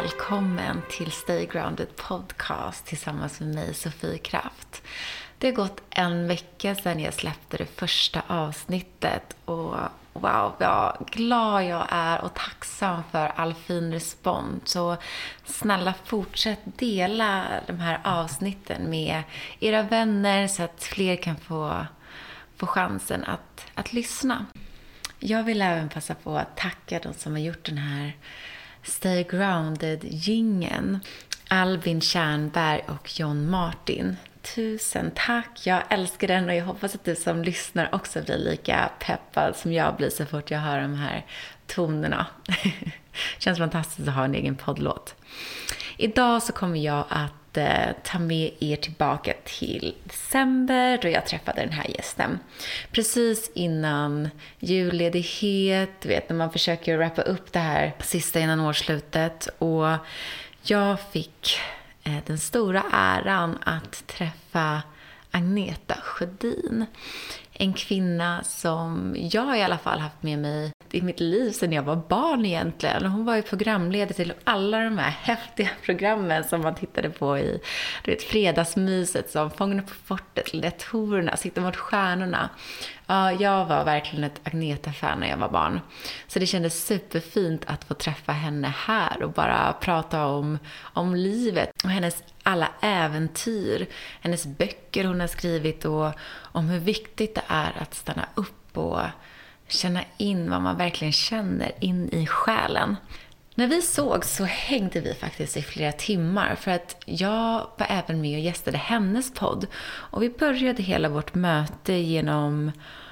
välkommen till Stay Grounded podcast tillsammans med mig, Sofie Kraft. Det har gått en vecka sedan jag släppte det första avsnittet och wow, vad glad jag är och tacksam för all fin respons. Så snälla fortsätt dela de här avsnitten med era vänner så att fler kan få chansen att lyssna. Jag vill även passa på att tacka de som har gjort den här Stay Grounded-jingeln. Albin Tjärnberg och John Martin. Tusen tack, jag älskar den och jag hoppas att du som lyssnar också blir lika peppad som jag blir så fort jag hör de här tonerna. Känns fantastiskt att ha en egen poddlåt. Idag så kommer jag att ta med er tillbaka till december då jag träffade den här gästen. Precis innan julledighet, du vet när man försöker wrappa upp det här sista innan årsslutet. Och jag fick den stora äran att träffa Agneta Sjödin. En kvinna som jag i alla fall haft med mig i mitt liv sedan jag var barn egentligen. Hon var ju programledare till alla de här häftiga programmen som man tittade på i fredagsmyset som Fångarna på fortet, Lektorerna, Sitta mot stjärnorna. Ja, jag var verkligen ett Agneta-fan när jag var barn. Så det kändes superfint att få träffa henne här och bara prata om livet och hennes alla äventyr, hennes böcker hon har skrivit och om hur viktigt det är att stanna upp och känna in vad man verkligen känner in i själen. När vi såg så hängde vi faktiskt i flera timmar för att jag var även med och gästade hennes podd. Och vi började hela vårt möte genom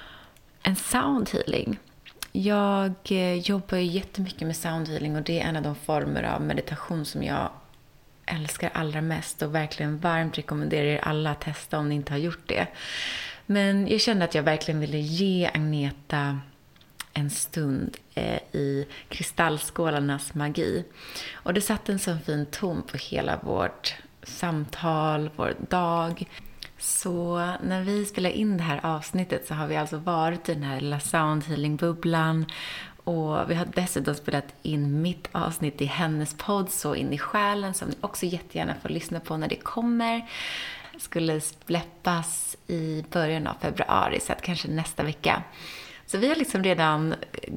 en soundhealing. Jag jobbar ju jättemycket med soundhealing och det är en av de former av meditation som jag älskar allra mest och verkligen varmt rekommenderar er alla att testa om ni inte har gjort det. Men jag kände att jag verkligen ville ge Agneta en stund i kristallskålarnas magi. Och det satte en sån fin ton på hela vårt samtal, vår dag. Så när vi spelar in det här avsnittet så har vi alltså varit i den här lilla soundhealing-bubblan. Och vi har dessutom spelat in mitt avsnitt i hennes podd Så in i själen som ni också jättegärna får lyssna på när det kommer. Skulle släppas i början av februari så att kanske nästa vecka. Så vi har liksom redan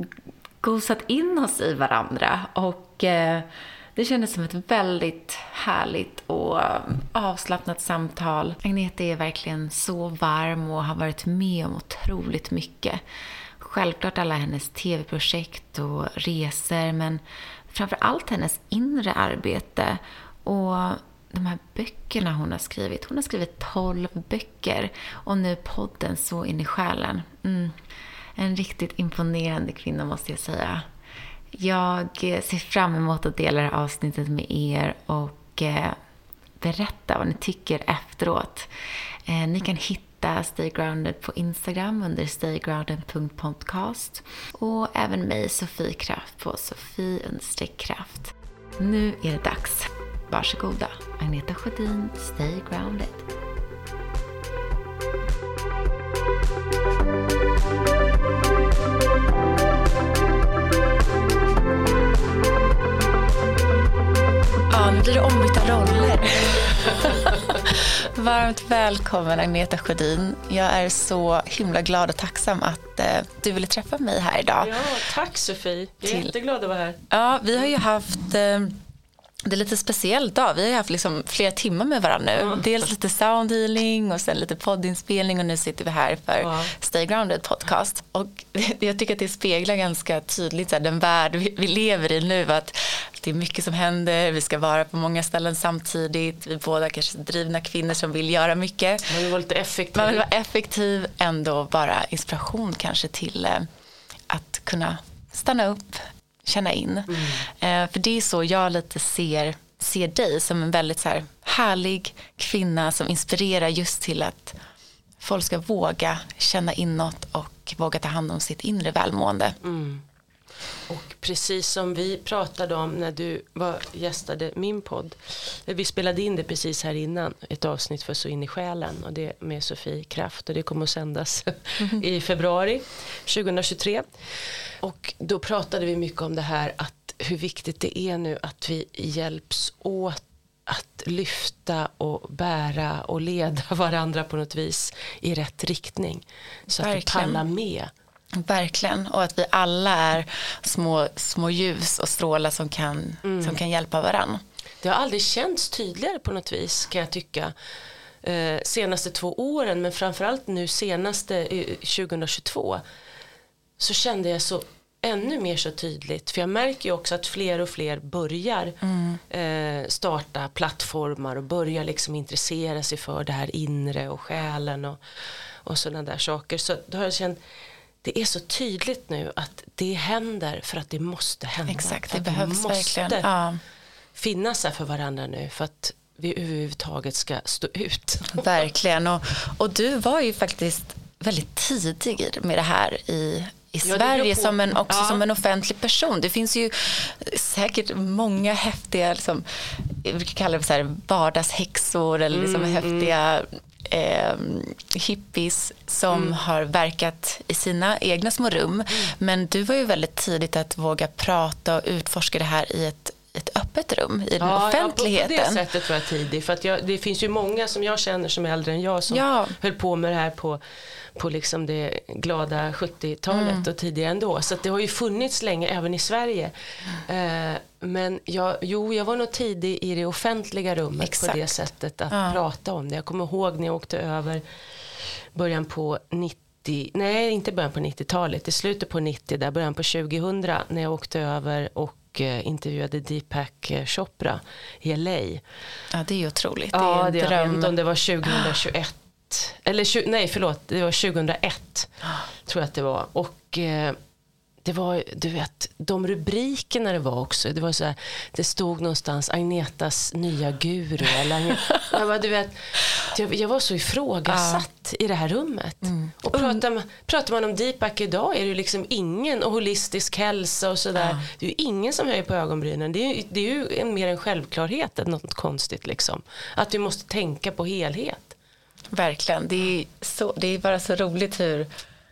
gosat in oss i varandra och det kändes som ett väldigt härligt och avslappnat samtal. Agneta är verkligen så varm och har varit med om otroligt mycket. Självklart alla hennes tv-projekt och resor men framför allt hennes inre arbete och de här böckerna hon har skrivit. Hon har skrivit 12 böcker och nu podden Så in i själen. En riktigt imponerande kvinna måste jag säga. Jag ser fram emot att dela det här avsnittet med er och berätta vad ni tycker efteråt. Ni kan hitta Stay Grounded på Instagram under staygrounded.podcast och även mig Sofie Kraft på Sofie_Kraft. Nu är det dags. Varsågoda, Agneta Sjödin, Stay Grounded. Ja, nu blir det ombytta roller. Varmt välkommen Agneta Sjödin. Jag är så himla glad och tacksam att du ville träffa mig här idag. Ja, tack Sofie. Jag är jätteglad att vara här. Ja, vi har ju haft... Det är lite speciellt dag. Vi har haft liksom flera timmar med varandra nu. Dels lite soundhealing och sen lite poddinspelning och nu sitter vi här för Stay Grounded podcast. Och jag tycker att det speglar ganska tydligt så här, den värld vi lever i nu. Att det är mycket som händer. Vi ska vara på många ställen samtidigt. Vi båda kanske drivna kvinnor som vill göra mycket. Man vill vara lite effektiv. Man vill vara effektiv. Ändå bara inspiration kanske till att kunna stanna upp. Känna in. För det är så jag lite ser dig som en väldigt så här härlig kvinna som inspirerar just till att folk ska våga känna inåt och våga ta hand om sitt inre välmående. Och precis som vi pratade om när du gästade min podd. Vi spelade in det precis här innan. Ett avsnitt för Så in i själen. Och det med Sofie Kraft. Och det kommer att sändas i februari 2023. Och då pratade vi mycket om det här att hur viktigt det är nu att vi hjälps åt att lyfta och bära och leda varandra på något vis i rätt riktning. Så att vi pallar med. Verkligen. Och att vi alla är små ljus och strålar som kan hjälpa varandra. Det har aldrig känts tydligare på något vis, kan jag tycka. Senaste 2 åren, men framförallt nu senaste 2022, så kände jag så ännu mer så tydligt. För jag märker ju också att fler och fler börjar starta plattformar och börjar liksom intressera sig för det här inre och själen och sådana där saker. Så då har jag känt, det är så tydligt nu att det händer för att det måste hända. Exakt, det behövs verkligen. Ja. Finnas här för varandra nu för att vi överhuvudtaget ska stå ut. Verkligen. Och du var ju faktiskt väldigt tidig med det här i Sverige som en offentlig person. Det finns ju säkert många häftiga, liksom, vi brukar kalla det så här vardagshäxor eller liksom häftiga hippies som har verkat i sina egna små rum. Men du var ju väldigt tidigt att våga prata och utforska det här i ett öppet rum, i den offentligheten. Ja, på det sättet var jag tidig. För att det finns ju många som jag känner som är äldre än jag som höll på med det här på liksom det glada 70-talet och tidigare ändå. Så att det har ju funnits länge även i Sverige. Men jag var nog tidig i det offentliga rummet. Exakt. På det sättet att prata om det. Jag kommer ihåg när jag åkte över början på 90-talet, i slutet på 90, där början på 2000, när jag åkte över och intervjuade Deepak Chopra i LA. Ja, det är ju otroligt. Ja, det är en dröm. Jag vet inte om det var 2021 eller det var 2001 tror jag att det var. Och det var, du vet, de rubrikerna det var också, det var så här, det stod någonstans Agnetas nya guru eller jag var så ifrågasatt i det här rummet. Och pratar man om Deepak idag är det liksom ingen, och holistisk hälsa och sådär, det är ju ingen som höjer på ögonbrynen. Det är ju mer en självklarhet än något konstigt liksom, att vi måste tänka på helhet. Verkligen, det är bara så roligt hur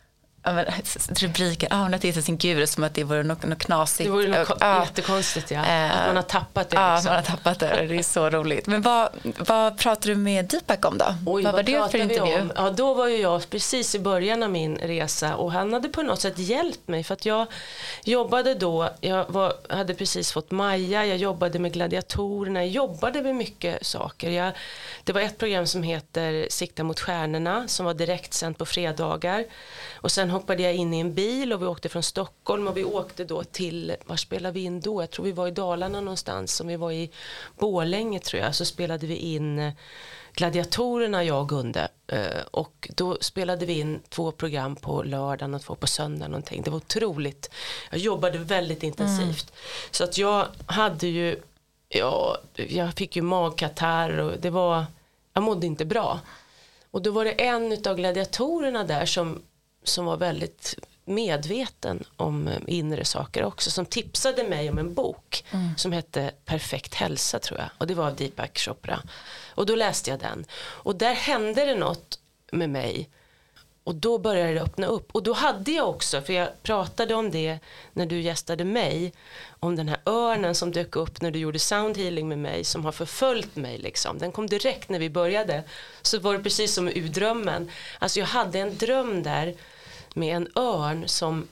rubriken, hon har tittat sin guru som att det vore något knasigt. Det vore något jättekonstigt, att man har tappat det. Ja, man har tappat det, det är så roligt. Men vad pratar du med Deepak om då? Vad var det för intervju? Ja, då var ju jag precis i början av min resa och han hade på något sätt hjälpt mig för att jag jobbade då, hade precis fått Maja, jag jobbade med gladiatorerna, jag jobbade med mycket saker. Det var ett program som heter Sikta mot stjärnorna som var direkt sänt på fredagar. Och sen hoppade jag in i en bil och vi åkte från Stockholm och vi åkte då till, var spelade vi in då? Jag tror vi var i Dalarna någonstans, som vi var i Borlänge tror jag, så spelade vi in gladiatorerna, jag och Gunde. Och då spelade vi in 2 program på lördagen och 2 på söndagen någonting. Det var otroligt. Jag jobbade väldigt intensivt. Så att jag hade ju, jag fick ju magkatarr och jag mådde inte bra. Och då var det en utav gladiatorerna där som var väldigt medveten om inre saker också, som tipsade mig om en bok som hette Perfekt hälsa tror jag, och det var av Deepak Chopra, och då läste jag den och där hände det något med mig och då började det öppna upp. Och då hade jag också, för jag pratade om det när du gästade mig, om den här örnen som dök upp när du gjorde sound healing med mig, som har förföljt mig liksom. Den kom direkt när vi började. Så var det precis som ur drömmen. Alltså jag hade en dröm där med en örn som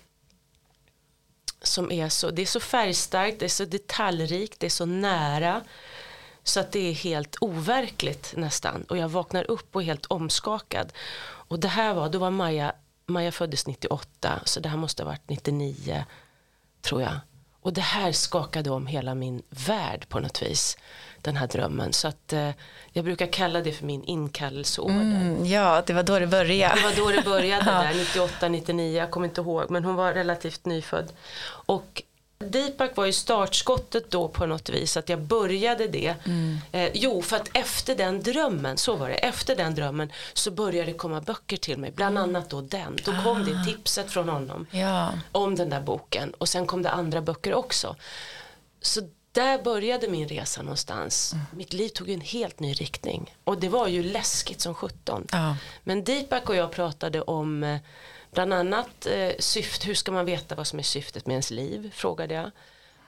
är så, det är så färgstarkt, det är så detaljrikt, det är så nära, så att det är helt overkligt nästan. Och jag vaknar upp och är helt omskakad. Och det här då var Maja föddes 98, så det här måste ha varit 99 tror jag. Och det här skakade om hela min värld på något vis, den här drömmen. Så att jag brukar kalla det för min inkallelseorder. Ja, det var då det började. Det var då det började där, 98, 99, jag kommer inte ihåg. Men hon var relativt nyfödd. Och Deepak var ju startskottet då på något vis, att jag började det. För att efter den drömmen, så var det, efter den drömmen så började det komma böcker till mig, bland annat då den. Då kom det tipset från honom om den där boken, och sen kom det andra böcker också. Så där började min resa någonstans. Mitt liv tog en helt ny riktning, och det var ju läskigt som 17. Men Deepak och jag pratade om bland annat hur ska man veta vad som är syftet med ens liv, frågade jag.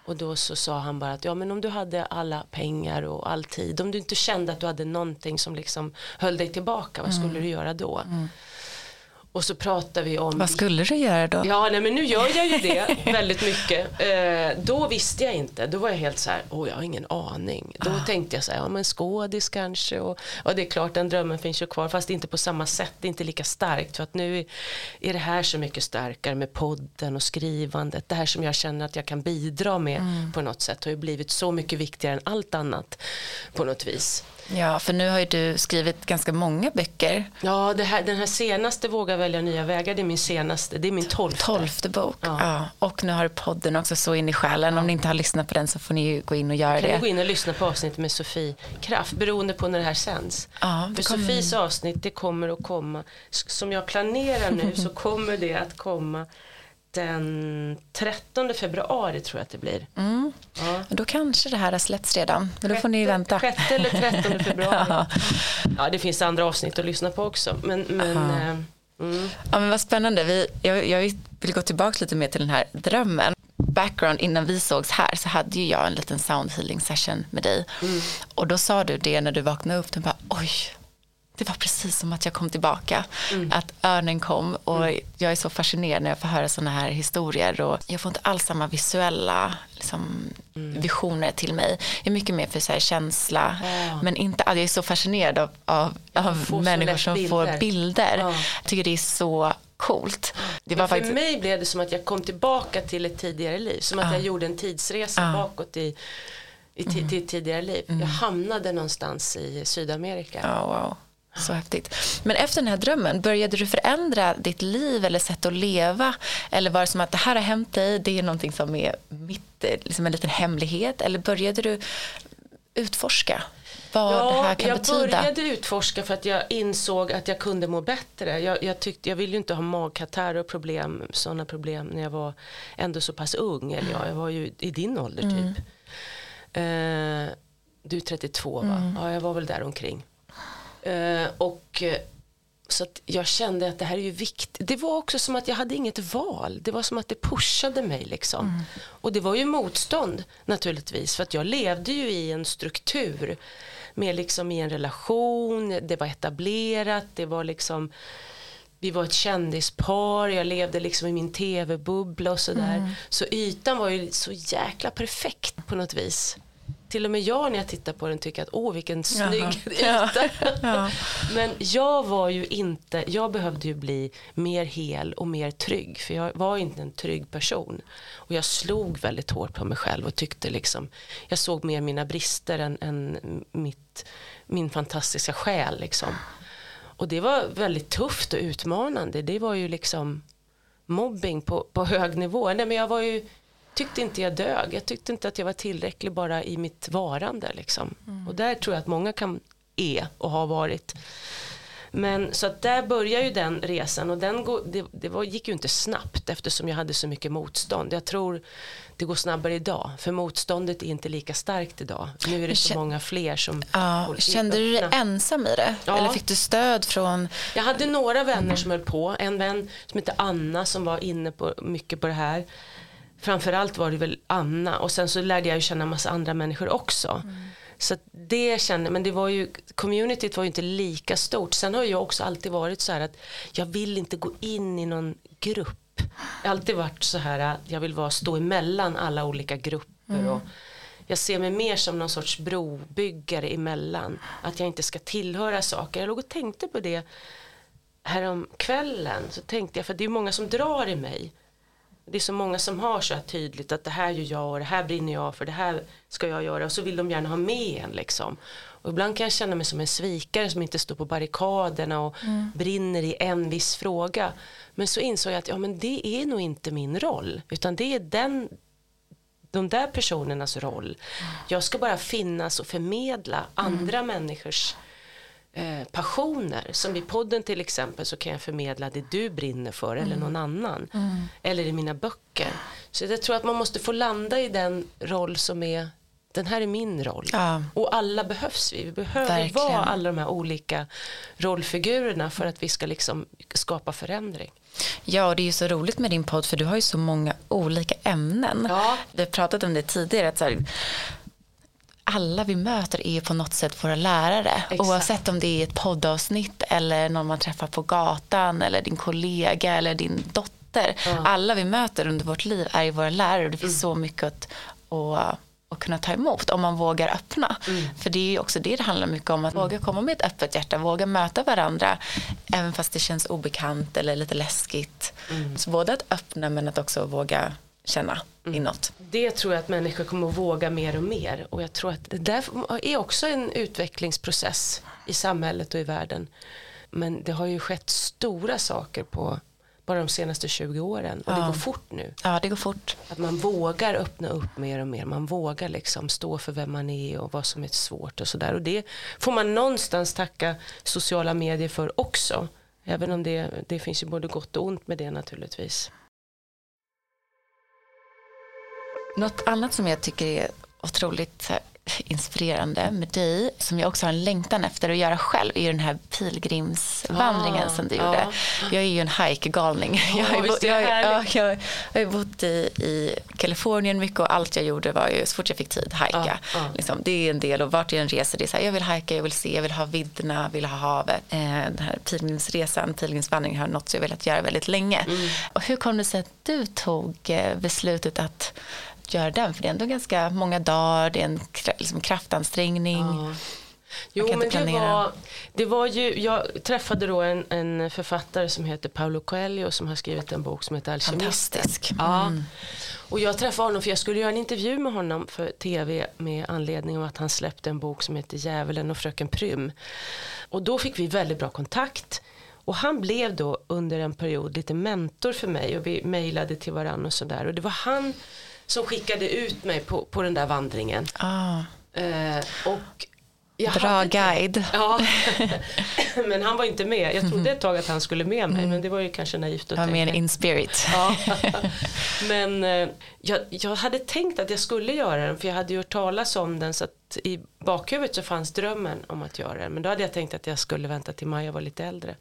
Och då så sa han bara att men om du hade alla pengar och all tid, om du inte kände att du hade någonting som liksom höll dig tillbaka, vad skulle du göra då? Och så pratar vi om... Vad skulle du göra då? Ja, nej, men nu gör jag ju det väldigt mycket. Då visste jag inte. Då var jag helt så här, jag har ingen aning. Då tänkte jag så här, men skådis kanske. Och det är klart, den drömmen finns ju kvar. Fast inte på samma sätt, det är inte lika starkt. För att nu är det här så mycket starkare med podden och skrivandet. Det här som jag känner att jag kan bidra med på något sätt har ju blivit så mycket viktigare än allt annat på något vis. Ja, för nu har ju du skrivit ganska många böcker. Ja, den här senaste Våga välja nya vägar, det är min senaste, det är min 12:e bok. Ja. Och nu har du podden också, Så in i själen. Om ni inte har lyssnat på den så får ni ju gå in och göra det. Kan ni gå in och lyssna på avsnittet med Sofie Kraft, beroende på när det här sänds. Ja, för Sofies avsnitt, det kommer att komma, som jag planerar nu så kommer det att komma den 13 februari tror jag att det blir. Ja. Då kanske det här har släppts redan. Men då får ni vänta. 6 eller 13 februari. Ja, det finns andra avsnitt att lyssna på också. Ja, men vad spännande. Jag vill gå tillbaka lite mer till den här drömmen. Background, innan vi sågs här så hade ju jag en liten sound healing session med dig. Och då sa du det när du vaknade upp. Du bara, oj, det var precis som att jag kom tillbaka. Att örnen kom. Och jag är så fascinerad när jag får höra såna här historier. Och jag får inte alls samma visuella visioner till mig. Jag är mycket mer för så här känsla. Men inte, jag är så fascinerad av människor som får bilder. Jag tycker det är så coolt. Det var för mig blev det som att jag kom tillbaka till ett tidigare liv. Som att jag gjorde en tidsresa bakåt i tidigare liv. Jag hamnade någonstans i Sydamerika. Wow. Så häftigt. Men efter den här drömmen, började du förändra ditt liv eller sätt att leva? Eller var det som att det här har hänt dig, det är någonting som är liksom en liten hemlighet? Eller började du utforska vad det här kan betyda? Jag började utforska för att jag insåg att jag kunde må bättre. Jag ville ju inte ha magkatarr och sådana problem när jag var ändå så pass ung. Eller jag var ju i din ålder typ. Du är 32 va? Ja, jag var väl där omkring. Och så att jag kände att det här är ju viktigt. Det var också som att jag hade inget val. Det var som att det pushade mig liksom. Och det var ju motstånd naturligtvis. För att jag levde ju i en struktur. Med liksom i en relation. Det var etablerat. Det var liksom... Vi var ett kändispar. Jag levde liksom i min tv-bubbla och sådär. Så ytan var ju så jäkla perfekt på något vis. Till och med jag när jag tittar på den tycker att vilken snygg yta. Men jag behövde ju bli mer hel och mer trygg. För jag var inte en trygg person. Och jag slog väldigt hårt på mig själv och tyckte liksom, jag såg mer mina brister än min fantastiska själ liksom. Och det var väldigt tufft och utmanande. Det var ju liksom mobbing på hög nivå. Nej, men jag tyckte inte jag dög. Jag tyckte inte att jag var tillräcklig bara i mitt varande liksom. Och där tror jag att många och har varit. Men så att där börjar ju den resan och gick ju inte snabbt eftersom jag hade så mycket motstånd. Jag tror det går snabbare idag för motståndet är inte lika starkt idag. Nu är det så många fler som kände du dig ensam i det? Ja. Eller fick du stöd från... Jag hade några vänner som höll på. En vän som heter Anna som var inne mycket på det här. Framförallt var det väl Anna och sen så lärde jag ju känna en massa andra människor också. Så det men det var ju, communityt var ju inte lika stort. Sen har jag också alltid varit så här att jag vill inte gå in i någon grupp. Jag har alltid varit så här att jag vill stå emellan alla olika grupper och jag ser mig mer som någon sorts brobyggare emellan. Att jag inte ska tillhöra saker. Jag låg och tänkte på det härom kvällen. Så tänkte jag, för det är många som drar i mig. Det är så många som har så här tydligt att det här gör jag och det här brinner jag för, det här ska jag göra. Och så vill de gärna ha med en liksom. Och ibland kan jag känna mig som en svikare som inte står på barrikaderna och brinner i en viss fråga. Men så insåg jag att men det är nog inte min roll. Utan det är de där personernas roll. Jag ska bara finnas och förmedla andra människors passioner. Som i podden till exempel så kan jag förmedla det du brinner för eller någon annan. Eller i mina böcker. Så jag tror att man måste få landa i den roll som är den här är min roll. Ja. Och alla behövs vi. Vi behöver vara alla de här olika rollfigurerna för att vi ska liksom skapa förändring. Ja, och det är ju så roligt med din podd för du har ju så många olika ämnen. Ja. Vi har pratat om det tidigare, att så här, alla vi möter är på något sätt våra lärare. Exakt. Oavsett om det är ett poddavsnitt eller någon man träffar på gatan eller din kollega eller din dotter. Alla vi möter under vårt liv är ju våra lärare och det finns så mycket att kunna ta emot om man vågar öppna. För det är ju också det handlar mycket om, att våga komma med ett öppet hjärta, våga möta varandra även fast det känns obekant eller lite läskigt. Så både att öppna men att också våga känna inåt. Det tror jag att människor kommer att våga mer och mer, och jag tror att det där är också en utvecklingsprocess i samhället och i världen. Men det har ju skett stora saker på bara de senaste 20 åren och det går fort nu. Ja, det går fort. Att man vågar öppna upp mer och mer. Man vågar liksom stå för vem man är och vad som är svårt och sådär. Och det får man någonstans tacka sociala medier för också. Även om det finns ju både gott och ont med det naturligtvis. Något annat som jag tycker är otroligt inspirerande med dig, som jag också har en längtan efter att göra själv, är ju den här pilgrimsvandringen som du gjorde. Jag är ju en hike-galning. Jag har ju bott i Kalifornien mycket och allt jag gjorde var ju så fort jag fick tid, hajka. Liksom, det är en del, och vart jag än reser, det är så här, jag vill hajka, jag vill se, jag vill ha vidderna, jag vill ha havet. Den här pilgrimsvandringen har något som jag velat göra väldigt länge. Och hur kom det sig att du tog beslutet att göra den? För det är ändå ganska många dagar, det är en liksom kraftansträngning. Jo, men det var ju, jag träffade då en författare som heter Paulo Coelho som har skrivit en bok som heter Alkemisten. Fantastisk. Ja. Och jag träffade honom för jag skulle göra en intervju med honom för tv med anledning av att han släppte en bok som heter Djävulen och Fröken Prym. Och då fick vi väldigt bra kontakt. Och han blev då under en period lite mentor för mig och vi mejlade till varandra och sådär. Och det var han som skickade ut mig på den där vandringen. Och bra guide. Ja, men han var inte med. Jag trodde ett tag att han skulle med mig, men det var ju kanske naivt att tänka. Mer in spirit. Ja. Men jag hade tänkt att jag skulle göra den, för jag hade hört talas om den, så att i bakhuvudet så fanns drömmen om att göra den. Men då hade jag tänkt att jag skulle vänta till Maja var lite äldre.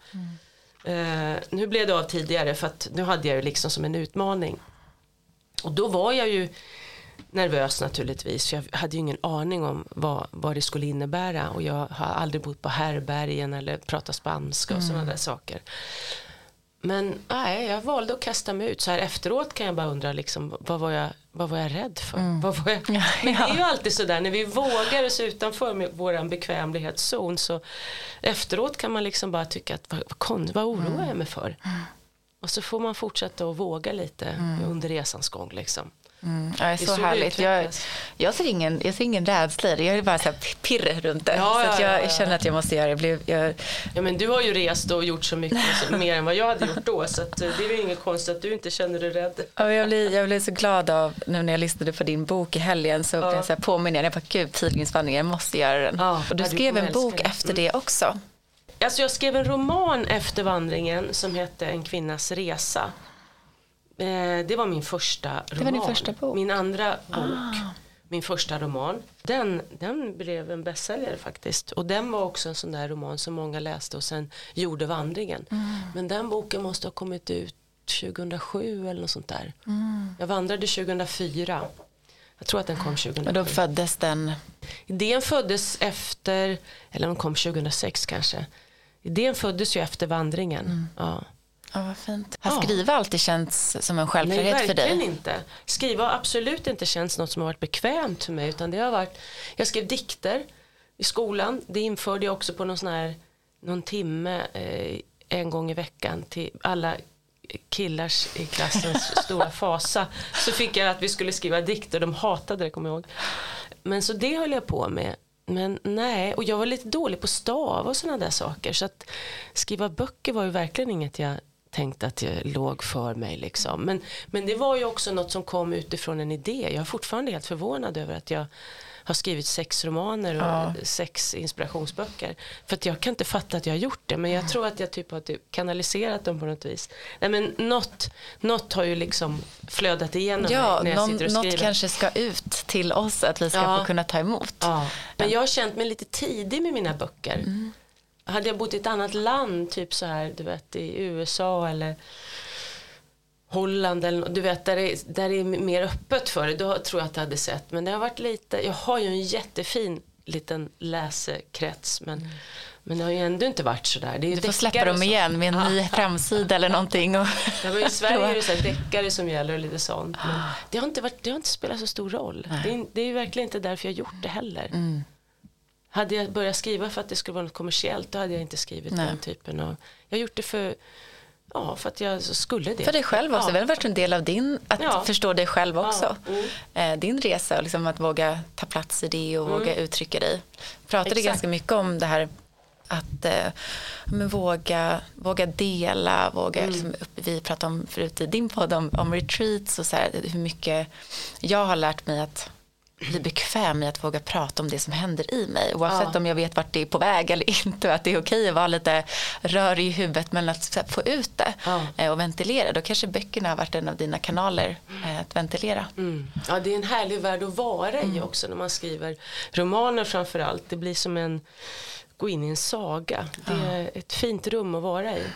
Nu blev det av tidigare, för att nu hade jag ju liksom som en utmaning. Och då var jag ju nervös naturligtvis, för jag hade ju ingen aning om vad det skulle innebära, och jag har aldrig bott på härbergen eller pratat spanska och sådana där saker. Men nej, jag valde att kasta mig ut. Så här efteråt kan jag bara undra liksom, vad var jag rädd för? Men det är ju alltid så där, när vi vågar oss utanför med våran bekvämlighetszon, så efteråt kan man liksom bara tycka att vad oroar jag mig för? Och så får man fortsätta att våga lite under resans gång liksom. Det är så härligt. Jag ser ingen rädsla. Jag är bara så här pirr runt det. Så att jag känner att jag måste göra det. Ja, men du har ju rest och gjort så mycket mer än vad jag hade gjort då. Så att det är ju ingen konst att du inte känner dig rädd. Ja, jag blev så glad av nu när jag lyssnade på din bok i helgen. Så blev jag så här påminner. Jag bara, gud, pilgrimsvandringen, jag måste göra den. Och du skrev en bok efter det också. Alltså jag skrev en roman efter vandringen som hette En kvinnas resa. Det var min första roman. Det var din första bok. Min andra bok. Min första roman. Den blev en bestsäljare faktiskt. Och den var också en sån där roman som många läste och sen gjorde vandringen. Men den boken måste ha kommit ut 2007 eller något sånt där. Jag vandrade 2004. Jag tror att den kom 2007. Och då föddes den? Idén föddes efter, eller den kom 2006 kanske. Idén föddes ju efter vandringen. Ja, vad fint. Har skriva alltid känts som en självklarhet för dig? Nej, verkligen inte. Skriva har absolut inte känts något som har varit bekvämt för mig. Utan det har varit, jag skrev dikter i skolan. Det införde jag också på någon timme en gång i veckan till alla killars i klassens stora fasa. Så fick jag att vi skulle skriva dikter. De hatade det, kommer jag ihåg. Men så det höll jag på med. Men nej, och jag var lite dålig på stav och sådana där saker. Så att skriva böcker var ju verkligen inget jag tänkte att jag låg för mig liksom. Men det var ju också något som kom utifrån en idé. Jag är fortfarande helt förvånad över att jag har skrivit 6 romaner och 6 inspirationsböcker. För att jag kan inte fatta att jag har gjort det. Men jag tror att jag typ har kanaliserat dem på något vis. Nej, men något har ju liksom flödat igenom mig när jag sitter och skriver. Något kanske ska ut till oss att vi ska få kunna ta emot. Men jag har känt mig lite tidig med mina böcker. hade jag bott i ett annat land, typ så här, du vet, i USA eller Holland eller du vet, där det är mer öppet för det, då tror jag att jag hade sett. Men det har varit lite, jag har ju en jättefin liten läsekrets, men det har ju ändå inte varit så där. Du får släppa dem igen med en ny framsida eller någonting. Och ja, i Sverige är det så här deckare som gäller och lite sånt. Men det har inte spelat så stor roll. Det är ju verkligen inte därför jag gjort det heller. Hade jag börjat skriva för att det skulle vara något kommersiellt, då hade jag inte skrivit den typen av... Jag har gjort det för att jag skulle det. För dig själv också. Det har varit en del av din, att förstå dig själv också. Din resa, liksom att våga ta plats i det och våga uttrycka dig. Pratade ganska mycket om det här att våga dela, liksom, vi pratade om förut i din podd om retreats och så här, hur mycket jag har lärt mig att bli bekväm i att våga prata om det som händer i mig, oavsett om jag vet vart det är på väg eller inte, att det är okej att vara lite rörig i huvudet, men att få ut det och ventilera. Då kanske böckerna har varit en av dina kanaler att ventilera. Ja, det är en härlig värld att vara i också när man skriver romaner framförallt. Det blir som gå in i en saga. Det är ett fint rum att vara i.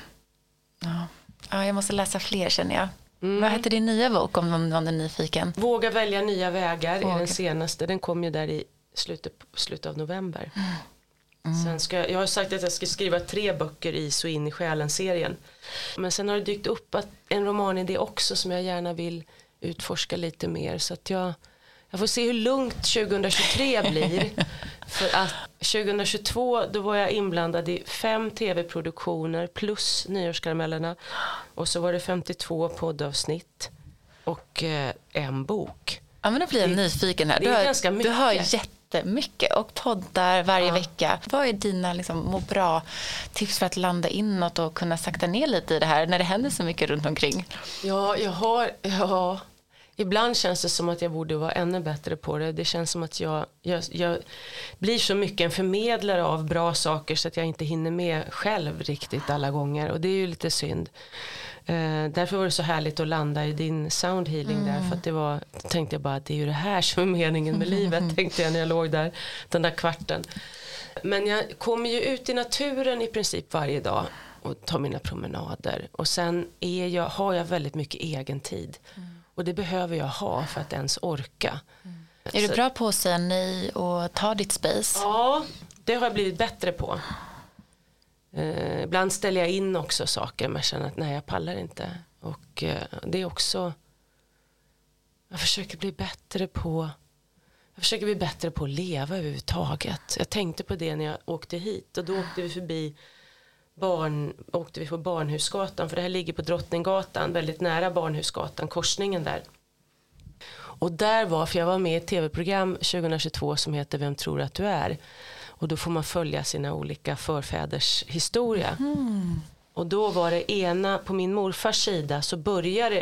Ja, jag måste läsa fler, känner jag. Vad heter din nya bok, om någon är nyfiken? Våga välja nya vägar är den senaste. Den kom ju där i slutet av november. Sen jag har sagt att jag ska skriva 3 böcker i Så in i själen-serien. Men sen har det dykt upp en romanidé också som jag gärna vill utforska lite mer. Så att jag får se hur lugnt 2023 blir. För att 2022 då var jag inblandad i 5 tv-produktioner plus Nyårskaramellerna. Och så var det 52 poddavsnitt och en bok. Ja, men då blir jag nyfiken här. Det är ganska mycket. Du har jättemycket och poddar varje vecka. Vad är dina må bra tips för att landa inåt och kunna sakta ner lite i det här när det händer så mycket runt omkring? Ja, ibland känns det som att jag borde vara ännu bättre på det. Det känns som att jag blir så mycket en förmedlare av bra saker så att jag inte hinner med själv riktigt alla gånger. Och det är ju lite synd. Därför var det så härligt att landa i din sound healing där. För att tänkte jag bara att det är ju det här som är meningen med livet, tänkte jag när jag låg där den där kvarten. Men jag kommer ju ut i naturen i princip varje dag och tar mina promenader. Och sen har jag väldigt mycket egen tid. Och det behöver jag ha för att ens orka. Är du bra på att säga nej och ta ditt space? Ja, det har jag blivit bättre på. Ibland ställer jag in också saker men känner att nej, jag pallar inte. Och det är också... Jag försöker bli bättre på att leva överhuvudtaget. Jag tänkte på det när jag åkte hit. Och då åkte vi på Barnhusgatan, för det här ligger på Drottninggatan, väldigt nära Barnhusgatan, korsningen där. Och där för jag var med i ett tv-program 2022 som heter Vem tror att du är? Och då får man följa sina olika förfäders historia. Och då var det ena, på min morfars sida så började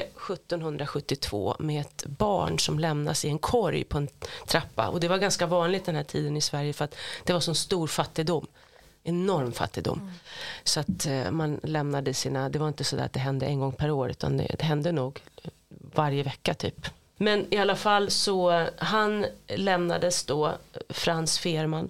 1772 med ett barn som lämnas i en korg på en trappa. Och det var ganska vanligt den här tiden i Sverige för att det var sån stor fattigdom. Enorm fattigdom. Så att man lämnade det var inte så att det hände en gång per år, utan det hände nog varje vecka typ. Men i alla fall så han lämnades då, Frans Ferman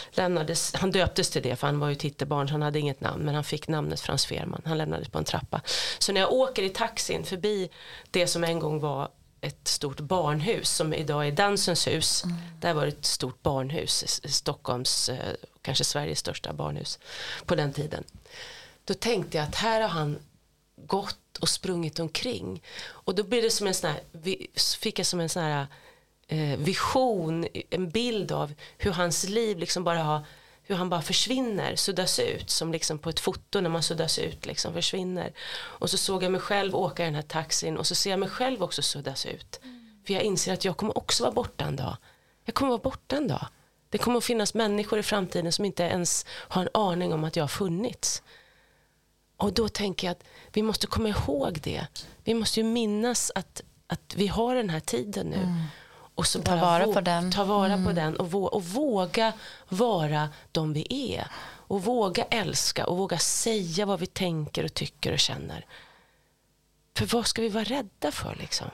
han döptes till det för han var ju tittebarn så han hade inget namn, men han fick namnet Frans Ferman. Han lämnades på en trappa. Så när jag åker i taxin förbi det som en gång var ett stort barnhus som idag är Dansens hus. Där var det ett stort barnhus, Stockholms, kanske Sveriges största barnhus på den tiden. Då tänkte jag att här har han gått och sprungit omkring. Och då blir det som fick jag som en sån här vision, en bild av hur hans liv liksom hur han bara försvinner, suddas ut, som liksom på ett foto när man suddas ut liksom försvinner. Och så såg jag mig själv åka i den här taxin och så ser jag mig själv också suddas ut. För jag inser att jag kommer också vara borta en dag. Jag kommer vara borta en dag. Det kommer att finnas människor i framtiden som inte ens har en aning om att jag har funnits. Och då tänker jag att vi måste komma ihåg det. Vi måste ju minnas att vi har den här tiden nu. Och så ta vara på den och våga vara de vi är. Och våga älska och våga säga vad vi tänker och tycker och känner. För vad ska vi vara rädda för liksom?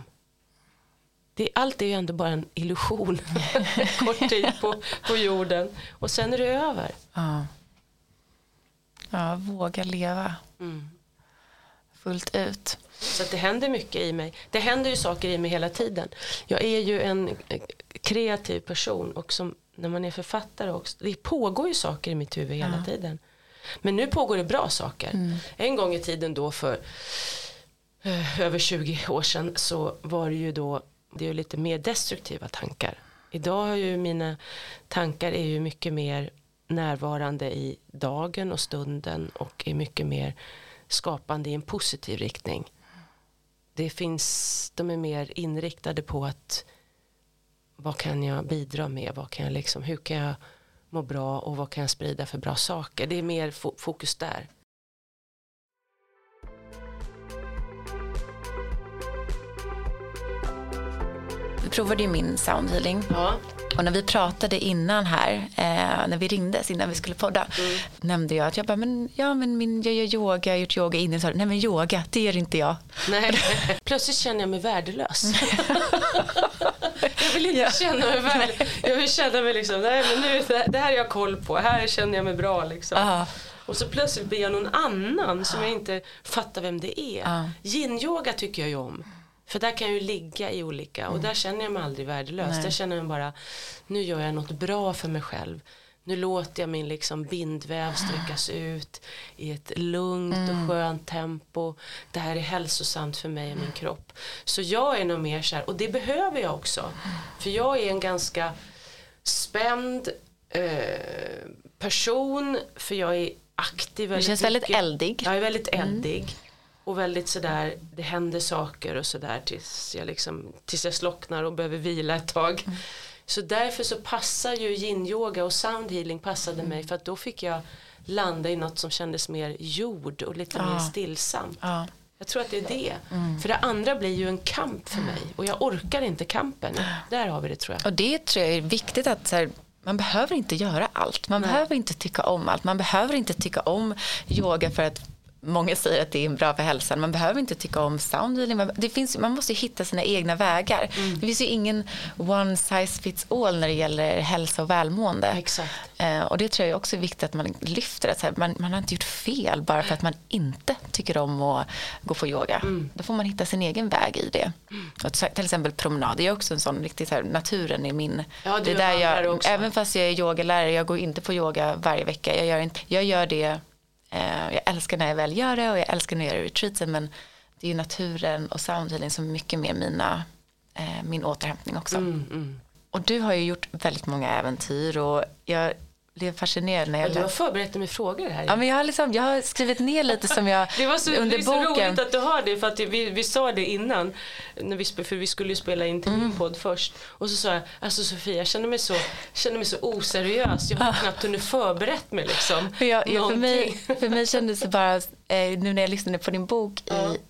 Allt är ju ändå bara en illusion. Kort tid på jorden. Och sen är det över. Ja, våga leva fullt ut. Så att det händer mycket i mig. Det händer ju saker i mig hela tiden. Jag är ju en kreativ person och som när man är författare också. Det pågår ju saker i mitt huvud hela tiden. Men nu pågår det bra saker. En gång i tiden då för över 20 år sedan så var det ju då det är ju lite mer destruktiva tankar. Idag har ju mina tankar är ju mycket mer närvarande i dagen och stunden och är mycket mer skapande i en positiv riktning. De är mer inriktade på att vad kan jag bidra med, hur kan jag må bra och vad kan jag sprida för bra saker. Det är mer fokus där. Vi provade ju min soundhealing. Ja. Och när vi pratade innan här, när vi ringdes innan vi skulle podda, nämnde jag att jag gör yoga, jag har gjort yoga innan. Så, nej men yoga, det gör inte jag. Nej, plötsligt känner jag mig värdelös. Jag vill inte känna mig värdelös. Jag vill känna mig liksom, nej men nu, det här är jag koll på, här känner jag mig bra liksom. Och så plötsligt blir jag någon annan som jag inte fattar vem det är. Yin-yoga tycker jag ju om. För där kan jag ju ligga i olika och där känner jag mig aldrig värdelös. Nej. Där känner jag bara, nu gör jag något bra för mig själv. Nu låter jag min liksom bindväv sträckas ut i ett lugnt och skönt tempo. Det här är hälsosamt för mig och min kropp. Så jag är nog mer så här, och det behöver jag också. För jag är en ganska spänd person, för jag är aktiv. Du känns väldigt eldig. Jag är väldigt eldig. Och väldigt sådär, det händer saker och sådär tills jag slocknar och behöver vila ett tag. Så därför så passar ju yin-yoga och soundhealing passade mig. För att då fick jag landa i något som kändes mer jord och lite mer stillsamt. Jag tror att det är det. För det andra blir ju en kamp för mig. Och jag orkar inte kampen. Där har vi det, tror jag. Och det tror jag är viktigt att så här, man behöver inte göra allt. Man behöver inte tycka om allt. Man behöver inte tycka om yoga för att många säger att det är bra för hälsan. Man behöver inte tycka om soundhealing. Man måste hitta sina egna vägar. Det finns ju ingen one size fits all när det gäller hälsa och välmående. Exakt. Och det tror jag också är viktigt att man lyfter. Att man har inte gjort fel bara för att man inte tycker om att gå på yoga. Då får man hitta sin egen väg i det. Och till exempel promenad. Det är också en sån riktigt här, naturen är min... Ja, det är där jag, även fast jag är yogalärare, jag går inte på yoga varje vecka. Jag gör det. Jag älskar när jag väl gör det och jag älskar när jag gör retreatsen, men det är ju naturen och soundhealing som är mycket mer min återhämtning också. Och du har ju gjort väldigt många äventyr och jag blev fascinerad när jag... Du har förberett med frågor här. Ja, men jag har skrivit ner lite som jag det var under boken. Det är så roligt att du har det, för att vi sa det innan för vi skulle ju spela in till min podd först, och så sa jag, alltså Sofia, jag känner mig så oseriös, jag har knappt hunnit förberett mig liksom. För mig kändes det bara nu när jag lyssnade på din bok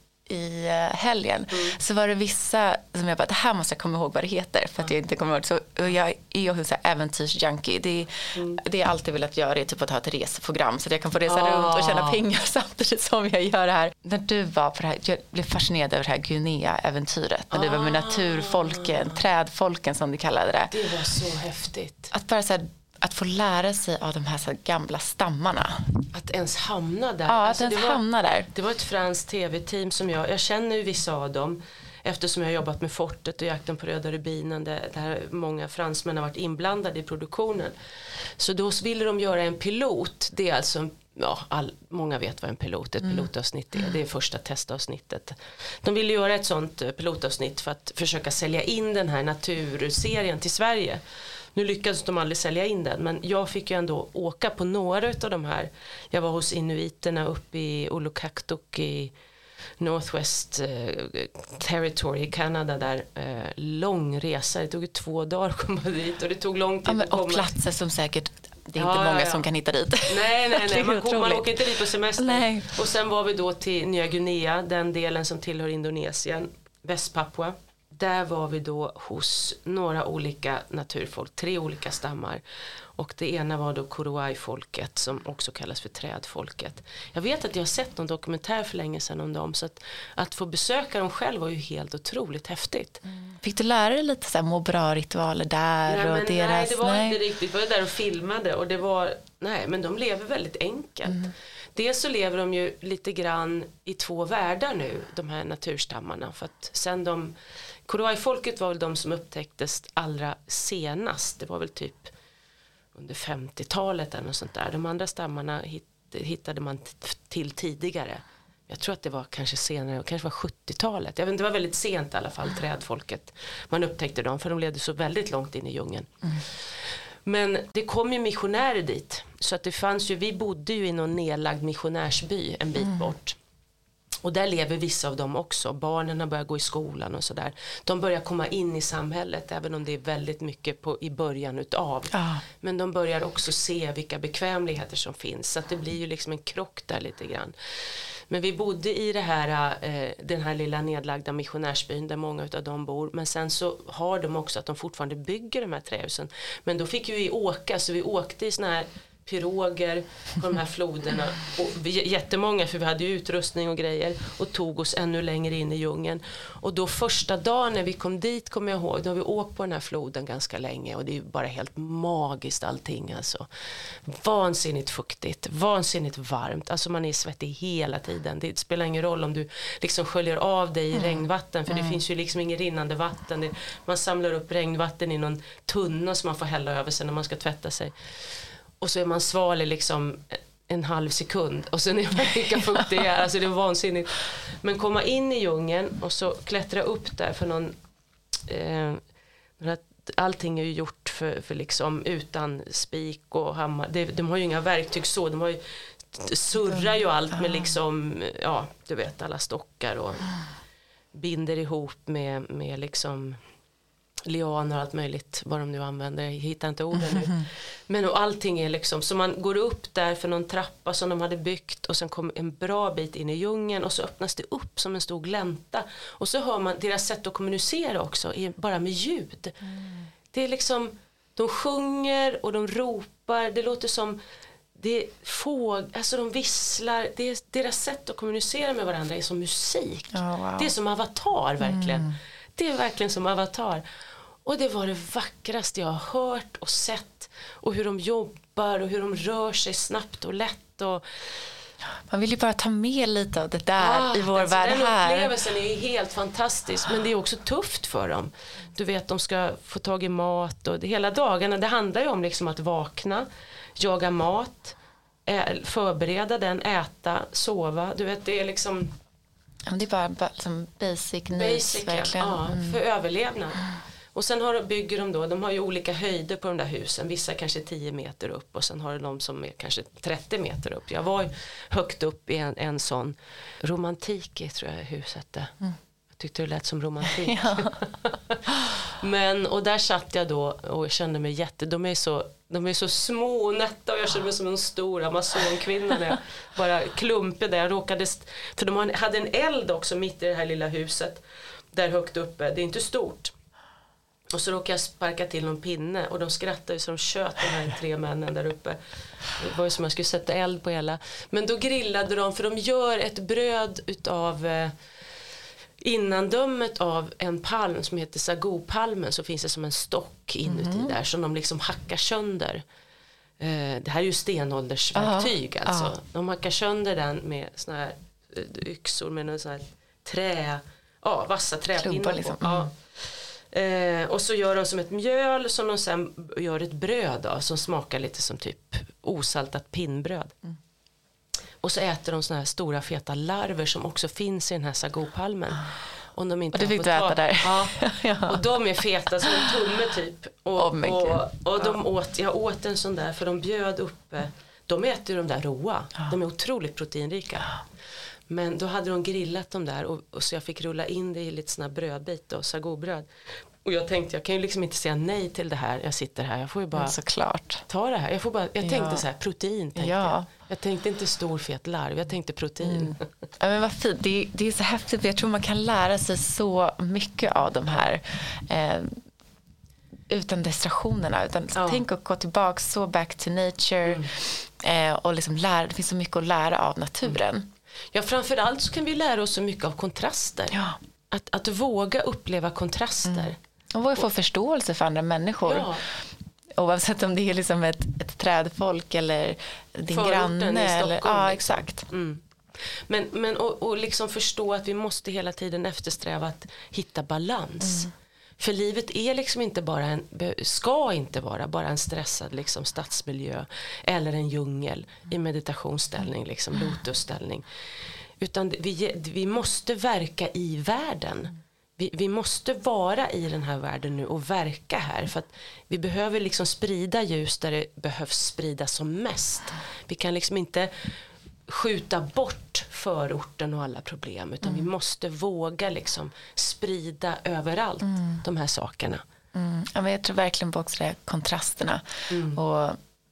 i helgen, så var det vissa som jag bara, det här måste jag komma ihåg vad det heter, för att jag inte kommer ihåg. Så jag är ju också äventyrsjunkie. Det jag alltid velat göra är typ att ha ett reseprogram så att jag kan få resa runt och tjäna pengar samtidigt som jag gör det här. När du var på det här, jag blev fascinerad över det här Guinea-äventyret, när du var med naturfolken, trädfolken som du kallade det. Det var så häftigt. Att bara så här, att få lära sig av de här, så här gamla stammarna. Att ens hamna där. Ja, alltså, att ens hamna där. Det var ett franskt tv-team som jag känner ju vissa av dem. Eftersom jag har jobbat med Fortet och Jakten på röda rubinen. Där många fransmän har varit inblandade i produktionen. Så då ville de göra en pilot. Det är alltså, många vet vad en pilot, ett pilotavsnitt är. Det är första testavsnittet. De ville göra ett sånt pilotavsnitt för att försöka sälja in den här naturserien till Sverige. Nu lyckades de aldrig sälja in den, men jag fick ju ändå åka på några av de här. Jag var hos inuiterna uppe i Olukaktuk i Northwest Territory i Kanada där. Lång resa, det tog 2 dagar att komma dit och det tog lång tid att komma. Och platser som säkert, det är inte många som kan hitta dit. Nej, man åker inte dit på semester. Nej. Och sen var vi då till Nya Guinea, den delen som tillhör Indonesien, Västpapua. Där var vi då hos några olika naturfolk, 3 olika stammar. Och det ena var då Kuruai-folket som också kallas för trädfolket. Jag vet att jag har sett någon dokumentär för länge sedan om dem, så att få besöka dem själv var ju helt otroligt häftigt. Fick du lära dig lite så här må bra ritualer där? Nej, det var inte riktigt. Jag var där och filmade och det var, men de lever väldigt enkelt. dels så lever de ju lite grann i 2 världar nu, de här naturstammarna. För att sen Kodowai-folket var väl de som upptäcktes allra senast. Det var väl typ under 50-talet eller något sånt där. De andra stammarna hittade man till tidigare. Jag tror att det var kanske senare, kanske var 70-talet. Jag vet inte, det var väldigt sent i alla fall, trädfolket. Man upptäckte dem för de levde så väldigt långt in i djungeln. Men det kom ju missionärer dit. Så att det fanns ju, vi bodde ju i någon nedlagd missionärsby en bit bort. Och där lever vissa av dem också. Barnen har börjat gå i skolan och sådär. De börjar komma in i samhället, även om det är väldigt mycket i början utav. Men de börjar också se vilka bekvämligheter som finns. Så att det blir ju liksom en krock där lite grann. Men vi bodde i den här lilla nedlagda missionärsbyn där många av dem bor. Men sen så har de också att de fortfarande bygger de här trähusen. Men då fick vi åka, så vi åkte i såna här piroger på de här floderna. Och jättemånga, för vi hade ju utrustning och grejer. Och tog oss ännu längre in i djungeln. Och då första dagen när vi kom dit, kommer jag ihåg, då har vi åkt på den här floden ganska länge. Och det är ju bara helt magiskt allting alltså. Vansinnigt fuktigt, vansinnigt varmt. Alltså man är svettig hela tiden. Det spelar ingen roll om du liksom sköljer av dig i regnvatten. För det finns ju liksom ingen rinnande vatten. Man samlar upp regnvatten i någon tunna som man får hälla över sig när man ska tvätta sig. Och så är man sval i liksom en halv sekund. Och sen är man lika fuktig. Alltså det är vansinnigt. Men komma in i djungeln och så klättra upp där för någon... allting är ju gjort för liksom utan spik och hammare. De har ju inga verktyg så. De har ju, surrar ju allt med liksom... Ja, du vet, alla stockar och binder ihop med liksom... lianer och allt möjligt, vad de nu använder, jag hittar inte orden nu. Men och allting är liksom, så man går upp där för någon trappa som de hade byggt och sen kom en bra bit in i djungeln och så öppnas det upp som en stor glänta och så hör man deras sätt att kommunicera också, bara med ljud. Det är liksom, de sjunger och de ropar, det låter som det är alltså de visslar, deras sätt att kommunicera med varandra är som musik. Det är som Avatar verkligen. Det är verkligen som Avatar. Och det var det vackraste jag har hört och sett. Och hur de jobbar och hur de rör sig snabbt och lätt. Och... Man vill ju bara ta med lite av det där i vår värld här. Den upplevelsen är helt fantastisk. Men det är också tufft för dem. Du vet, de ska få tag i mat. Och hela dagarna, det handlar ju om liksom att vakna, jaga mat, förbereda den, äta, sova. Du vet, det är liksom... Det är bara som basic needs, verkligen. Ja, för överlevnad. Och sen bygger de har ju olika höjder på de där husen. Vissa kanske 10 meter upp och sen har de som är kanske 30 meter upp. Jag var högt upp i en sån romantik, tror jag huset där. Jag tyckte det lät som romantik. Och där satt jag då och kände mig de är så små och nätta och jag kände mig som en stor amazonkvinna när jag bara klumpade där. Jag råkade, för de hade en eld också mitt i det här lilla huset där högt uppe. Det är inte stort. Och så råkade jag sparka till någon pinne och de skrattade ju så de tjöt de här 3 männen där uppe. Det var ju som att jag skulle sätta eld på hela. Men då grillade de, för de gör ett bröd utav... innandömet av en palm som heter sagopalmen, så finns det som en stock inuti där som de liksom hackar sönder. Det här är ju stenåldersverktyg alltså. De hackar sönder den med såna här yxor med någon sån här vassa träpinnar liksom. Och så gör de som ett mjöl som de sen gör ett bröd av, som smakar lite som typ osaltat pinnbröd. Och så äter de såna här stora feta larver som också finns i den här sagopalmen. Om de inte och du fick du äta där. Ja. Och de är feta som en tumme typ. Och jag åt en sån där, för de bjöd uppe. De äter ju de där råa. De är otroligt proteinrika. Men då hade de grillat dem där och så jag fick rulla in det i lite såna brödbit och sagobröd. Och jag tänkte, jag kan ju liksom inte säga nej till det här. Jag sitter här, jag får ju bara ta det här. Jag tänkte så här, protein tänkte jag. Jag tänkte inte stor fet larv, jag tänkte protein. Ja, men vad fint, det är så häftigt. Jag tror man kan lära sig så mycket av de här utan distrationerna. Tänk att gå tillbaka så back to nature och liksom lära. Det finns så mycket att lära av naturen. Ja, framförallt så kan vi lära oss så mycket av kontraster. Ja. Att våga uppleva kontraster. Och våga få förståelse för andra människor. Ja. oavsett om det är liksom ett trädfolk eller din Förorten granne. i Stockholm, eller, liksom. Exakt. Men och liksom förstå att vi måste hela tiden eftersträva att hitta balans. För livet är liksom inte bara ska inte vara bara en stressad liksom stadsmiljö eller en djungel i meditationsställning, liksom lotusställning. Utan vi måste verka i världen. Vi måste vara i den här världen nu och verka här. För att vi behöver liksom sprida ljus där det behövs spridas som mest. Vi kan liksom inte skjuta bort förorten och alla problem. Utan vi måste våga liksom sprida överallt de här sakerna. Ja, men jag tror verkligen på också det här kontrasterna. Och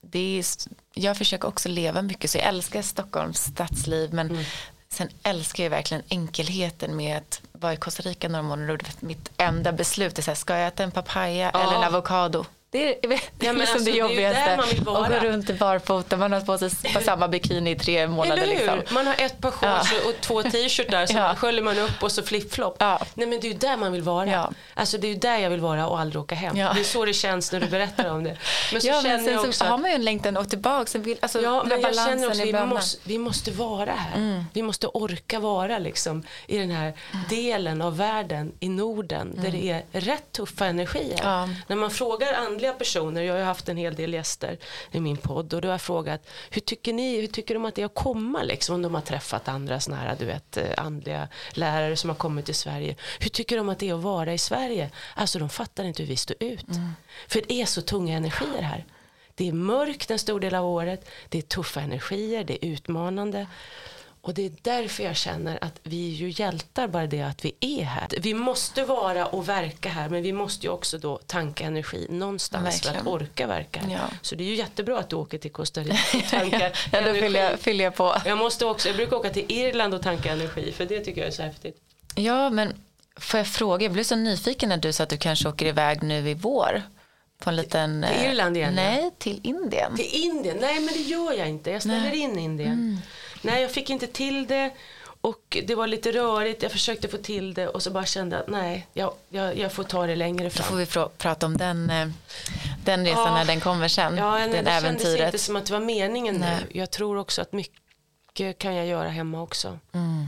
jag försöker också leva mycket. Så jag älskar Stockholms stadsliv. Men sen älskar jag verkligen enkelheten med att vara i Costa Rica några månader. Och mitt enda beslut är så här, ska jag äta en papaya eller en avokado? Det är liksom alltså, det jobbigaste. Det är där man vill vara. Och gå runt i barfota. Man har på sig på samma bikini i 3 månader. Eller hur? Liksom. Man har ett par shorts och 2 t-shirtar. Så sköljer man upp och så flip-flop. Nej, men det är ju där man vill vara. Alltså det är ju där jag vill vara och aldrig åka hem. Det är så det känns när du berättar om det. Men så känner jag också så har man ju en längtan och tillbaka. Sen men jag känner också att vi måste vara här. Vi måste orka vara liksom i den här delen av världen i Norden där det är rätt tuffa energier. När man frågar andliga personer, jag har ju haft en hel del gäster i min podd och då har jag frågat, hur tycker de att det är att komma liksom, om de har träffat andra såna här, du vet, andliga lärare som har kommit till Sverige. Hur tycker de att det är att vara i Sverige? Alltså de fattar inte hur vi står ut. För det är så tunga energier här. Det är mörkt en stor del av året, det är tuffa energier, det är utmanande. Och det är därför jag känner att vi är ju hjältar bara det att vi är här. Vi måste vara och verka här, men vi måste ju också då tanka energi någonstans för att orka verka här. Så det är ju jättebra att du åker till Costa Rica och tankar energi. Då fyller jag på. Jag brukar åka till Irland och tanka energi, för det tycker jag är så häftigt. Ja, men får jag fråga, jag blev så nyfiken när du sa att du kanske åker iväg nu i vår. På en liten... Till Irland igen? Nej, till Indien. Till Indien? Nej, men det gör jag inte. Jag ställer in Indien. Nej, jag fick inte till det och det var lite rörigt. Jag försökte få till det och så bara kände att nej, jag får ta det längre fram. Då får vi prata om den resan när den kommer sen. Ja, det äventyret. kändes inte som att det var meningen nu. Jag tror också att mycket kan jag göra hemma också.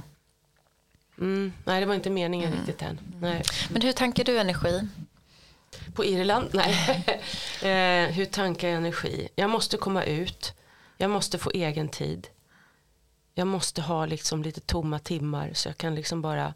Nej, det var inte meningen riktigt än. Nej. Men hur tankar du energi? På Irland? Nej. Hur tankar jag energi? Jag måste komma ut. Jag måste få egen tid. Jag måste ha liksom lite tomma timmar så jag kan liksom bara...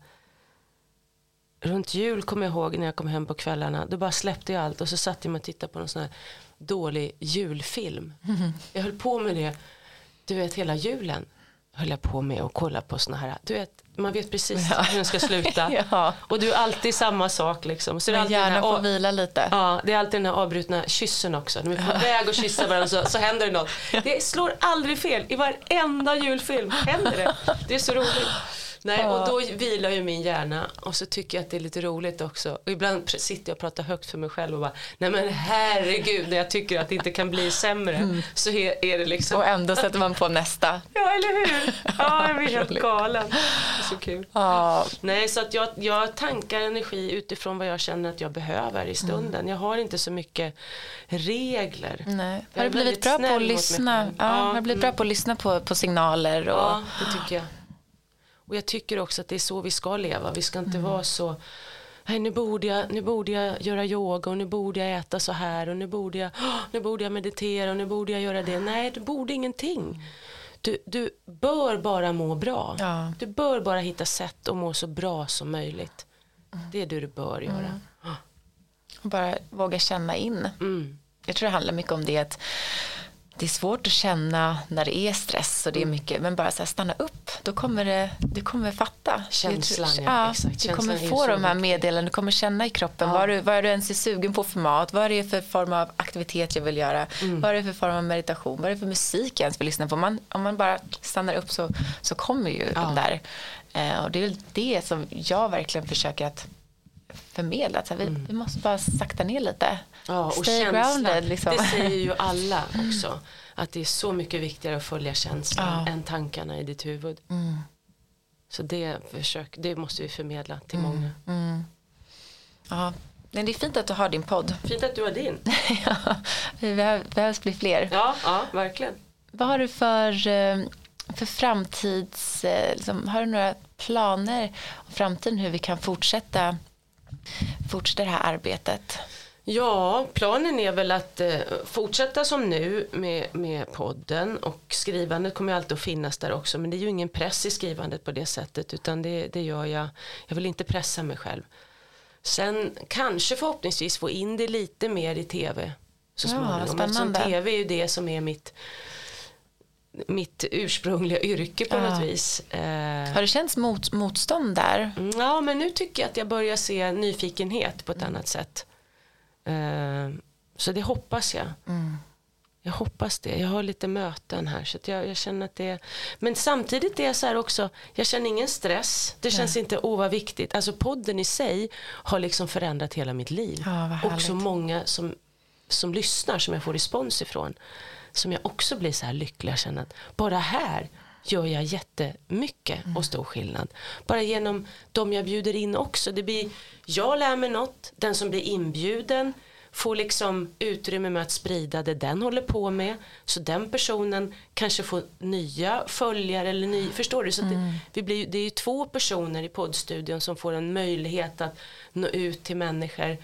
Runt jul kommer jag ihåg när jag kom hem på kvällarna. Då bara släppte jag allt och så satt jag och tittade på någon sån här dålig julfilm. Jag höll på med det. Du vet, hela julen höll jag på med att kolla på såna här... Du vet, man vet precis hur den ska sluta. Och du är alltid samma sak liksom. Så man gärna får vila lite. Ja, det är alltid den här avbrutna kyssen också. De är på väg att kyssa varandra så händer det något. Det slår aldrig fel. I varenda julfilm händer det. Det är så roligt. Nej, och då vilar ju min hjärna och så tycker jag att det är lite roligt också. Och ibland sitter jag och pratar högt för mig själv och bara, nej men herregud, när jag tycker att det inte kan bli sämre så är det liksom... Och ändå sätter man på nästa. Ja, eller hur? Ja, jag blir helt galen. Det är så kul. Nej, så att jag tankar energi utifrån vad jag känner att jag behöver i stunden. Jag har inte så mycket regler. Nej. Har du blivit bra på att lyssna? Har du blivit bra på att lyssna på signaler? Och... Ja, det tycker jag. Och jag tycker också att det är så vi ska leva. Vi ska inte vara så, nej, nu borde jag göra yoga och nu borde jag äta så här och nu borde jag meditera och nu borde jag göra det. Nej, du borde ingenting. Du bör bara må bra. Du bör bara hitta sätt att må så bra som möjligt. Det är det du bör göra. Och bara våga känna in. Jag tror det handlar mycket om det att det är svårt att känna när det är stress och det är mycket, men bara så här, stanna upp, då kommer du kommer fatta känslan, exakt. Du kommer få de här meddelanden, du kommer känna i kroppen vad är du ens är sugen på för mat, vad är det för form av aktivitet jag vill göra, vad är det för form av meditation, vad är det för musik jag ens vill lyssna på. Om man bara stannar upp så kommer ju de där, och det är det som jag verkligen försöker att förmedla, så vi måste bara sakta ner lite. Och stay grounded liksom. Det säger ju alla också, att det är så mycket viktigare att följa känslan än tankarna i ditt huvud. Så det måste vi förmedla till många. Ja, Men det är fint att du har din podd. Fint att du har din. Ja, vi behövs bli fler. Ja, verkligen. Vad har du för framtids... har du några planer om framtiden, hur vi kan fortsätta det här arbetet? Ja, planen är väl att fortsätta som nu med podden, och skrivandet kommer alltid att finnas där också, men det är ju ingen press i skrivandet på det sättet, utan det gör jag vill inte pressa mig själv. Sen kanske förhoppningsvis få in det lite mer i tv så småningom, eftersom tv är ju det som är mitt ursprungliga yrke på något vis. Har det känts motstånd där? Ja, men nu tycker jag att jag börjar se nyfikenhet på ett annat sätt. Så det hoppas jag. Jag hoppas det. Jag har lite möten här, så att jag känner att det... Men samtidigt är jag så här också, jag känner ingen stress. Det känns inte viktigt. Alltså podden i sig har liksom förändrat hela mitt liv. Och så många som lyssnar, som jag får respons ifrån, som jag också blir så här lycklig. Jag känner att bara här gör jag jättemycket och stor skillnad. Bara genom de jag bjuder in också. Jag lär mig något, den som blir inbjuden får liksom utrymme med att sprida det den håller på med, så den personen kanske får nya följare eller förstår du? Så att det är ju 2 personer i poddstudion som får en möjlighet att nå ut till människor,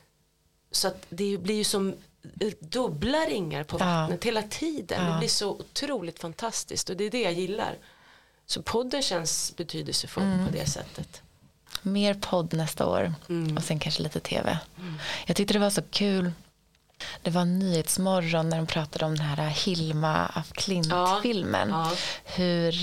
så att det blir ju som dubbla ringar på vattnet hela tiden. Det blir så otroligt fantastiskt, och det är det jag gillar. Så podden känns betydelsefull på det sättet. Mer podd nästa år och sen kanske lite tv. Jag tyckte det var så kul. Det var en Nyhetsmorgon när de pratade om den här Hilma af Klint-filmen. Hur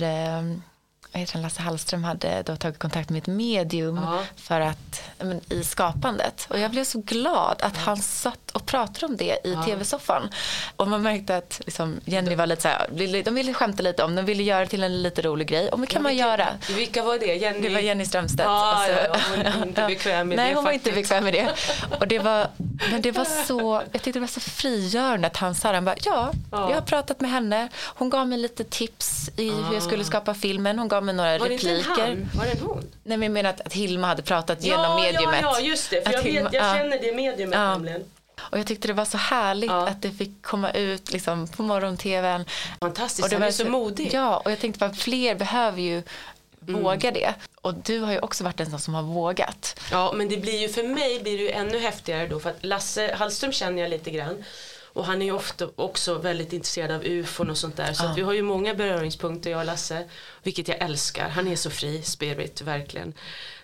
Lasse Hallström hade då tagit kontakt med ett medium för att, i skapandet. Och jag blev så glad att han satt och pratade om det i tv-soffan. Och man märkte att liksom, Jenny var lite så här, de ville skämta lite om, de ville göra det till en lite rolig grej. Och det kan man göra. Vilka var det? Jenny? Det var Jenny Strömstedt. Hon var inte bekväm med det. Nej, hon var inte bekväm med det. Och men det var så, jag tyckte det var så frigörande att han bara, jag har pratat med henne. Hon gav mig lite tips i hur jag skulle skapa filmen. Hon gav med några repliker. Var det hon? Nej, men jag menar att Hilma hade pratat genom mediumet. Ja, just det. För jag känner det mediumet nämligen. Och jag tyckte det var så härligt att det fick komma ut liksom, på morgon-tvn. Fantastiskt, och det var så modigt. Ja, och jag tänkte att fler behöver ju våga det. Och du har ju också varit en sån som har vågat. Ja, men för mig blir det ju ännu häftigare då. För att Lasse Hallström känner jag lite grann. Och han är ju ofta också väldigt intresserad av UFOn och sånt där. Så att vi har ju många beröringspunkter, jag och Lasse. Vilket jag älskar. Han är så fri spirit, verkligen.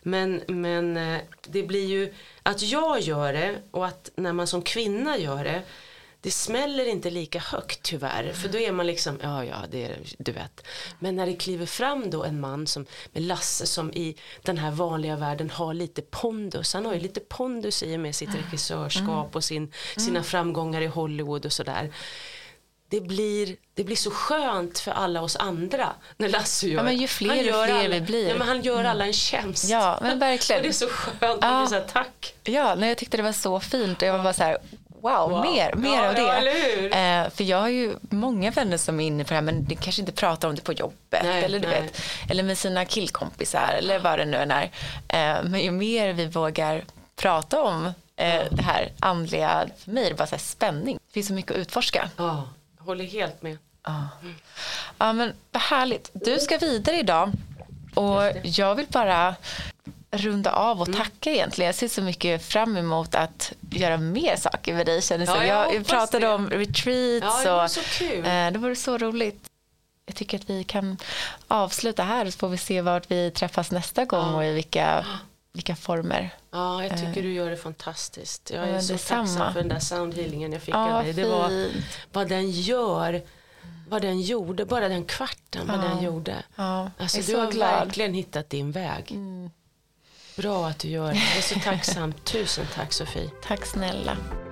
Men det blir ju att jag gör det, och att när man som kvinna gör det, det smäller inte lika högt tyvärr. För då är man liksom, det är, du vet. Men när det kliver fram då en man med Lasse, som i den här vanliga världen har lite pondus. Han har ju lite pondus i med sitt regissörskap och sina framgångar i Hollywood och sådär. Det blir så skönt för alla oss andra när Lasse gör. Ja, men ju fler vi blir. Ja, men han gör alla en tjänst. Ja, men verkligen. Och det är så skönt. Ja. Så här, tack. Ja, jag tyckte det var så fint. Och jag var bara så här, wow. mer av det. Ja, eller hur? För jag har ju många vänner som är inne på det här, men det kanske inte pratar om det på jobbet. Eller med sina killkompisar, eller vad det nu är. Men ju mer vi vågar prata om det här andliga, för mig är det bara så här spänning. Det finns så mycket att utforska. Ja, håller helt med. Ja, men vad härligt. Du ska vidare idag. Och jag vill bara runda av och tacka egentligen. Jag ser så mycket fram emot att göra mer saker med dig. Jag pratade om retreats. Ja, det var så kul. Det var så roligt. Jag tycker att vi kan avsluta här, så får vi se vart vi träffas nästa gång och i vilka former. Ja, jag tycker du gör det fantastiskt. Jag är så tacksam för den där soundhealingen jag fick av dig. Det var vad den gjorde, bara den kvarten vad den gjorde. Ja, alltså, du har verkligen hittat din väg. Bra att du gör det. Jag är så tacksam. Tusen tack, Sofie. Tack snälla.